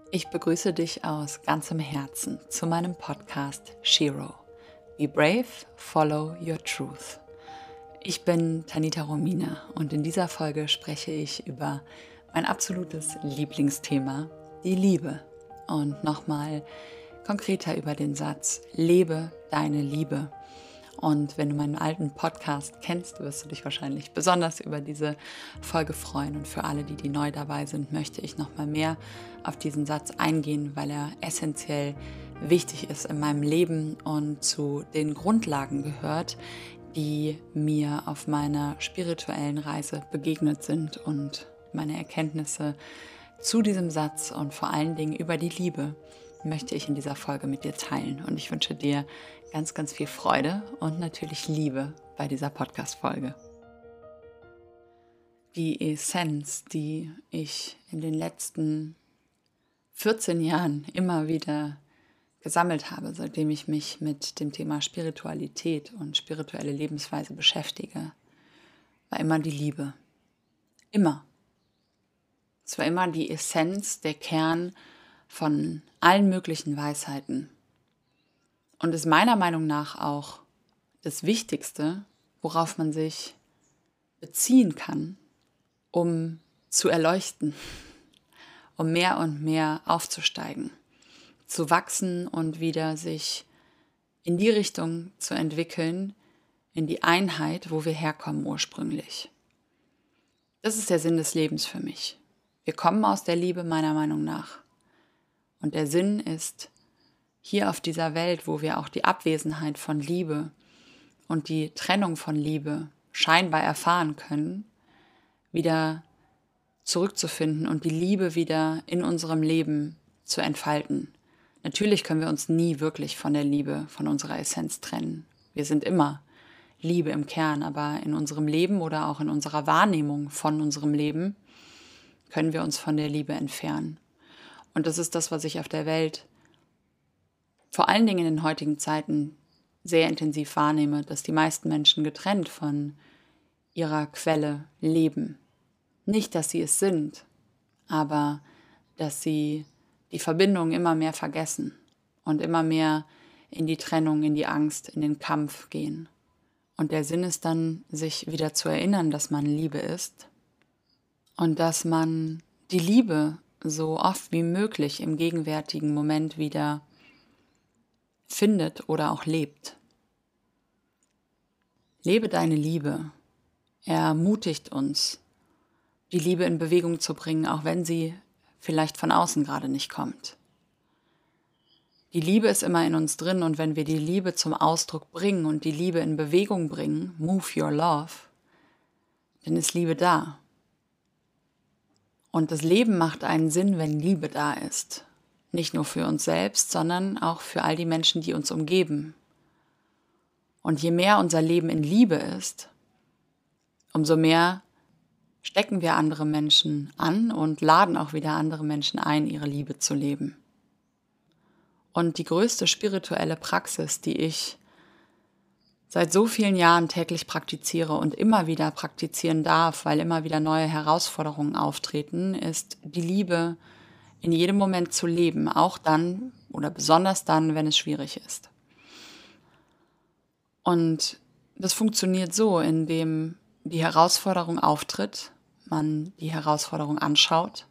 Ich begrüße dich aus ganzem Herzen zu meinem Podcast Shiro. Be brave, follow your truth. Ich bin Tanita Romina und in dieser Folge spreche ich über mein absolutes Lieblingsthema, die Liebe. Und nochmal konkreter über den Satz, lebe deine Liebe. Und wenn du meinen alten Podcast kennst, wirst du dich wahrscheinlich besonders über diese Folge freuen. Und für alle, die neu dabei sind, möchte ich nochmal mehr auf diesen Satz eingehen, weil er essentiell wichtig ist in meinem Leben und zu den Grundlagen gehört, die mir auf meiner spirituellen Reise begegnet sind und meine Erkenntnisse zu diesem Satz und vor allen Dingen über die Liebe möchte ich in dieser Folge mit dir teilen. Und ich wünsche dir ganz, ganz viel Freude und natürlich Liebe bei dieser Podcast-Folge. Die Essenz, die ich in den letzten 14 Jahren immer wieder gesammelt habe, seitdem ich mich mit dem Thema Spiritualität und spirituelle Lebensweise beschäftige, war immer die Liebe. Immer. Es war immer die Essenz, der Kern von allen möglichen Weisheiten und ist meiner Meinung nach auch das Wichtigste, worauf man sich beziehen kann, um zu erleuchten, um mehr und mehr aufzusteigen, zu wachsen und wieder sich in die Richtung zu entwickeln, in die Einheit, wo wir herkommen ursprünglich. Das ist der Sinn des Lebens für mich. Wir kommen aus der Liebe meiner Meinung nach. Und der Sinn ist, hier auf dieser Welt, wo wir auch die Abwesenheit von Liebe und die Trennung von Liebe scheinbar erfahren können, wieder zurückzufinden und die Liebe wieder in unserem Leben zu entfalten. Natürlich können wir uns nie wirklich von der Liebe, von unserer Essenz trennen. Wir sind immer Liebe im Kern, aber in unserem Leben oder auch in unserer Wahrnehmung von unserem Leben können wir uns von der Liebe entfernen. Und das ist das, was ich auf der Welt, vor allen Dingen in den heutigen Zeiten, sehr intensiv wahrnehme, dass die meisten Menschen getrennt von ihrer Quelle leben. Nicht, dass sie es sind, aber dass sie die Verbindung immer mehr vergessen und immer mehr in die Trennung, in die Angst, in den Kampf gehen. Und der Sinn ist dann, sich wieder zu erinnern, dass man Liebe ist und dass man die Liebe so oft wie möglich im gegenwärtigen Moment wieder findet oder auch lebt. Lebe deine Liebe. Er ermutigt uns, die Liebe in Bewegung zu bringen, auch wenn sie vielleicht von außen gerade nicht kommt. Die Liebe ist immer in uns drin und wenn wir die Liebe zum Ausdruck bringen und die Liebe in Bewegung bringen, move your love, dann ist Liebe da. Und das Leben macht einen Sinn, wenn Liebe da ist. Nicht nur für uns selbst, sondern auch für all die Menschen, die uns umgeben. Und je mehr unser Leben in Liebe ist, umso mehr stecken wir andere Menschen an und laden auch wieder andere Menschen ein, ihre Liebe zu leben. Und die größte spirituelle Praxis, die ich seit so vielen Jahren täglich praktiziere und immer wieder praktizieren darf, weil immer wieder neue Herausforderungen auftreten, ist die Liebe in jedem Moment zu leben, auch dann oder besonders dann, wenn es schwierig ist. Und das funktioniert so, indem die Herausforderung auftritt, man die Herausforderung anschaut,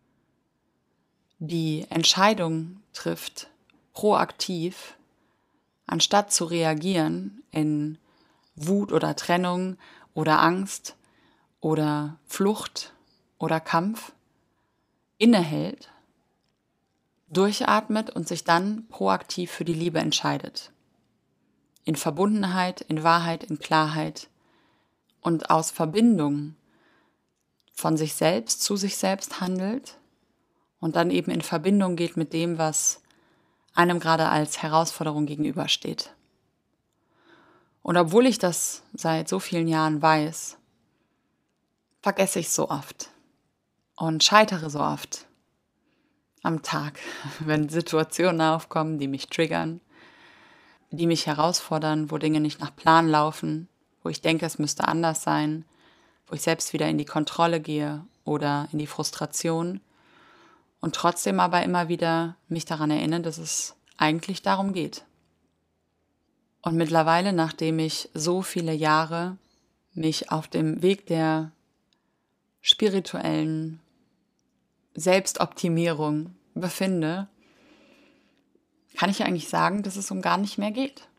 die Entscheidung trifft, proaktiv, anstatt zu reagieren in Wut oder Trennung oder Angst oder Flucht oder Kampf, innehält, durchatmet und sich dann proaktiv für die Liebe entscheidet. In Verbundenheit, in Wahrheit, in Klarheit und aus Verbindung von sich selbst zu sich selbst handelt und dann eben in Verbindung geht mit dem, was einem gerade als Herausforderung gegenübersteht. Und obwohl ich das seit so vielen Jahren weiß, vergesse ich so oft und scheitere so oft am Tag, wenn Situationen aufkommen, die mich triggern, die mich herausfordern, wo Dinge nicht nach Plan laufen, wo ich denke, es müsste anders sein, wo ich selbst wieder in die Kontrolle gehe oder in die Frustration Und trotzdem aber immer wieder mich daran erinnern, dass es eigentlich darum geht. Und mittlerweile, nachdem ich so viele Jahre mich auf dem Weg der spirituellen Selbstoptimierung befinde, kann ich eigentlich sagen, dass es um gar nicht mehr geht.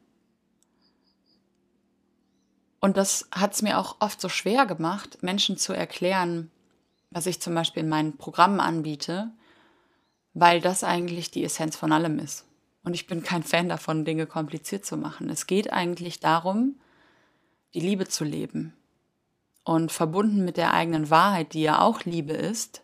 Und das hat es mir auch oft so schwer gemacht, Menschen zu erklären, was ich zum Beispiel in meinen Programmen anbiete, weil das eigentlich die Essenz von allem ist. Und ich bin kein Fan davon, Dinge kompliziert zu machen. Es geht eigentlich darum, die Liebe zu leben. Und verbunden mit der eigenen Wahrheit, die ja auch Liebe ist,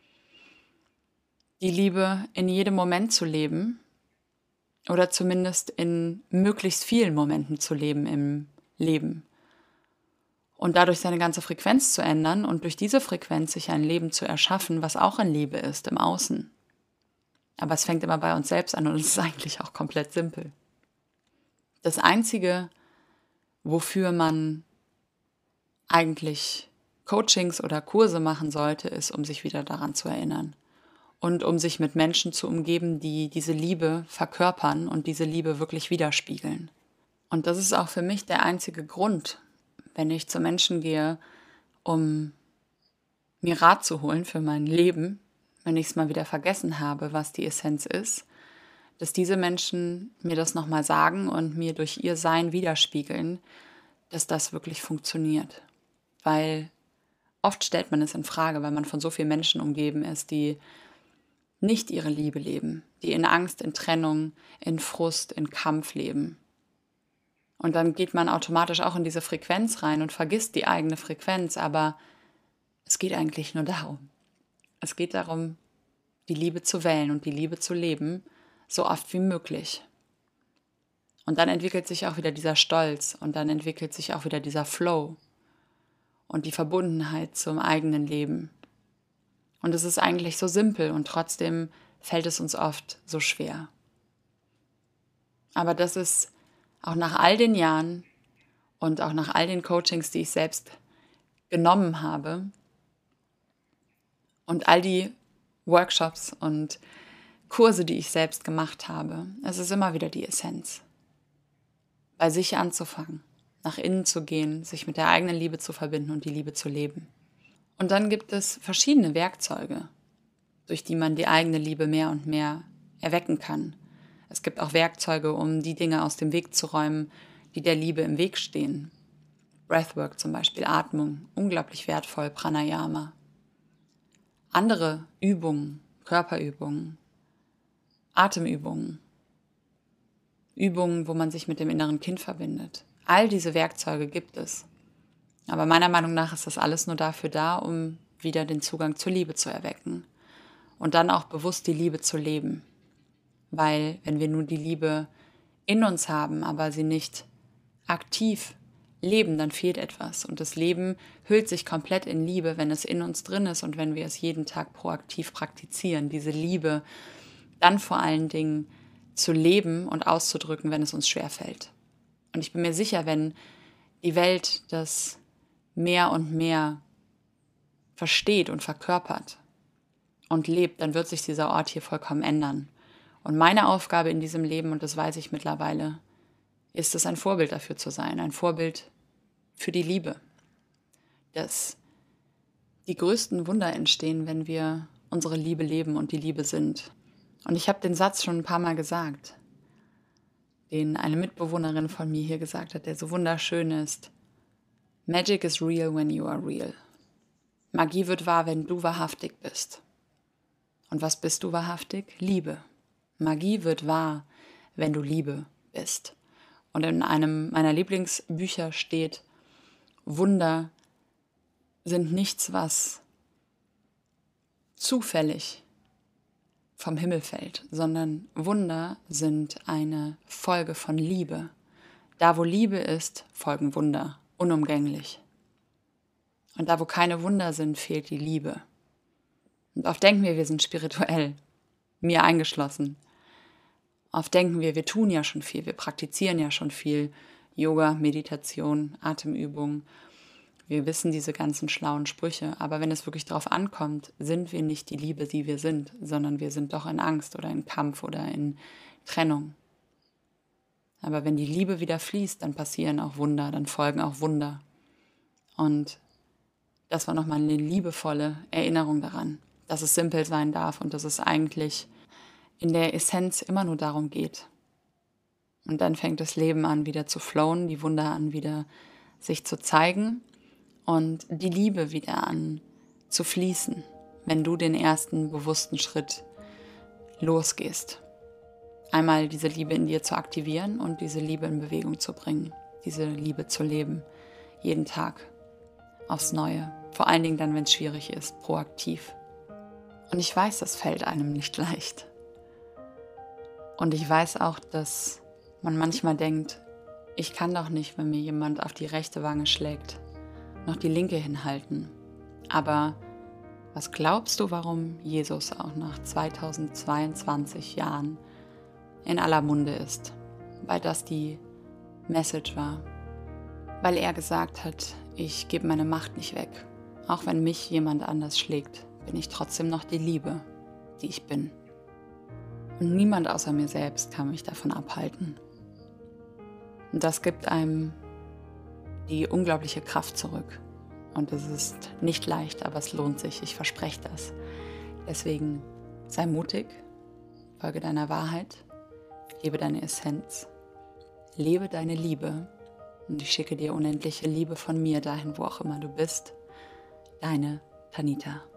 die Liebe in jedem Moment zu leben oder zumindest in möglichst vielen Momenten zu leben im Leben. Und dadurch seine ganze Frequenz zu ändern und durch diese Frequenz sich ein Leben zu erschaffen, was auch in Liebe ist, im Außen. Aber es fängt immer bei uns selbst an und es ist eigentlich auch komplett simpel. Das Einzige, wofür man eigentlich Coachings oder Kurse machen sollte, ist, um sich wieder daran zu erinnern. Und um sich mit Menschen zu umgeben, die diese Liebe verkörpern und diese Liebe wirklich widerspiegeln. Und das ist auch für mich der einzige Grund, wenn ich zu Menschen gehe, um mir Rat zu holen für mein Leben, wenn ich es mal wieder vergessen habe, was die Essenz ist, dass diese Menschen mir das nochmal sagen und mir durch ihr Sein widerspiegeln, dass das wirklich funktioniert. Weil oft stellt man es in Frage, weil man von so vielen Menschen umgeben ist, die nicht ihre Liebe leben, die in Angst, in Trennung, in Frust, in Kampf leben. Und dann geht man automatisch auch in diese Frequenz rein und vergisst die eigene Frequenz, aber es geht eigentlich nur darum. Es geht darum, die Liebe zu wählen und die Liebe zu leben, so oft wie möglich. Und dann entwickelt sich auch wieder dieser Stolz und dann entwickelt sich auch wieder dieser Flow und die Verbundenheit zum eigenen Leben. Und es ist eigentlich so simpel und trotzdem fällt es uns oft so schwer. Aber das ist auch nach all den Jahren und auch nach all den Coachings, die ich selbst genommen habe und all die Workshops und Kurse, die ich selbst gemacht habe, es ist immer wieder die Essenz. Bei sich anzufangen, nach innen zu gehen, sich mit der eigenen Liebe zu verbinden und die Liebe zu leben. Und dann gibt es verschiedene Werkzeuge, durch die man die eigene Liebe mehr und mehr erwecken kann. Es gibt auch Werkzeuge, um die Dinge aus dem Weg zu räumen, die der Liebe im Weg stehen. Breathwork zum Beispiel, Atmung, unglaublich wertvoll, Pranayama. Andere Übungen, Körperübungen, Atemübungen, Übungen, wo man sich mit dem inneren Kind verbindet. All diese Werkzeuge gibt es. Aber meiner Meinung nach ist das alles nur dafür da, um wieder den Zugang zur Liebe zu erwecken. Und dann auch bewusst die Liebe zu leben. Weil wenn wir nun die Liebe in uns haben, aber sie nicht aktiv leben, dann fehlt etwas. Und das Leben hüllt sich komplett in Liebe, wenn es in uns drin ist und wenn wir es jeden Tag proaktiv praktizieren. Diese Liebe dann vor allen Dingen zu leben und auszudrücken, wenn es uns schwerfällt. Und ich bin mir sicher, wenn die Welt das mehr und mehr versteht und verkörpert und lebt, dann wird sich dieser Ort hier vollkommen ändern. Und meine Aufgabe in diesem Leben, und das weiß ich mittlerweile, ist es, ein Vorbild dafür zu sein, ein Vorbild für die Liebe. Dass die größten Wunder entstehen, wenn wir unsere Liebe leben und die Liebe sind. Und ich habe den Satz schon ein paar Mal gesagt, den eine Mitbewohnerin von mir hier gesagt hat, der so wunderschön ist. Magic is real when you are real. Magie wird wahr, wenn du wahrhaftig bist. Und was bist du wahrhaftig? Liebe. Magie wird wahr, wenn du Liebe bist. Und in einem meiner Lieblingsbücher steht, Wunder sind nichts, was zufällig vom Himmel fällt, sondern Wunder sind eine Folge von Liebe. Da, wo Liebe ist, folgen Wunder, unumgänglich. Und da, wo keine Wunder sind, fehlt die Liebe. Und oft denken wir sind spirituell, mir eingeschlossen. Oft denken wir tun ja schon viel, wir praktizieren ja schon viel. Yoga, Meditation, Atemübung. Wir wissen diese ganzen schlauen Sprüche, aber wenn es wirklich drauf ankommt, sind wir nicht die Liebe, die wir sind, sondern wir sind doch in Angst oder in Kampf oder in Trennung. Aber wenn die Liebe wieder fließt, dann passieren auch Wunder, dann folgen auch Wunder. Und das war nochmal eine liebevolle Erinnerung daran, dass es simpel sein darf und dass es eigentlich in der Essenz immer nur darum geht. Und dann fängt das Leben an, wieder zu flowen, die Wunder an, wieder sich zu zeigen und die Liebe wieder an zu fließen, wenn du den ersten bewussten Schritt losgehst. Einmal diese Liebe in dir zu aktivieren und diese Liebe in Bewegung zu bringen, diese Liebe zu leben, jeden Tag aufs Neue. Vor allen Dingen dann, wenn es schwierig ist, proaktiv. Und ich weiß, das fällt einem nicht leicht. Und ich weiß auch, dass man manchmal denkt, ich kann doch nicht, wenn mir jemand auf die rechte Wange schlägt, noch die linke hinhalten. Aber was glaubst du, warum Jesus auch nach 2022 Jahren in aller Munde ist? Weil das die Message war. Weil er gesagt hat, ich gebe meine Macht nicht weg. Auch wenn mich jemand anders schlägt, bin ich trotzdem noch die Liebe, die ich bin. Und niemand außer mir selbst kann mich davon abhalten. Und das gibt einem die unglaubliche Kraft zurück. Und es ist nicht leicht, aber es lohnt sich, ich verspreche das. Deswegen sei mutig, folge deiner Wahrheit, lebe deine Essenz, lebe deine Liebe. Und ich schicke dir unendliche Liebe von mir dahin, wo auch immer du bist. Deine Tanita.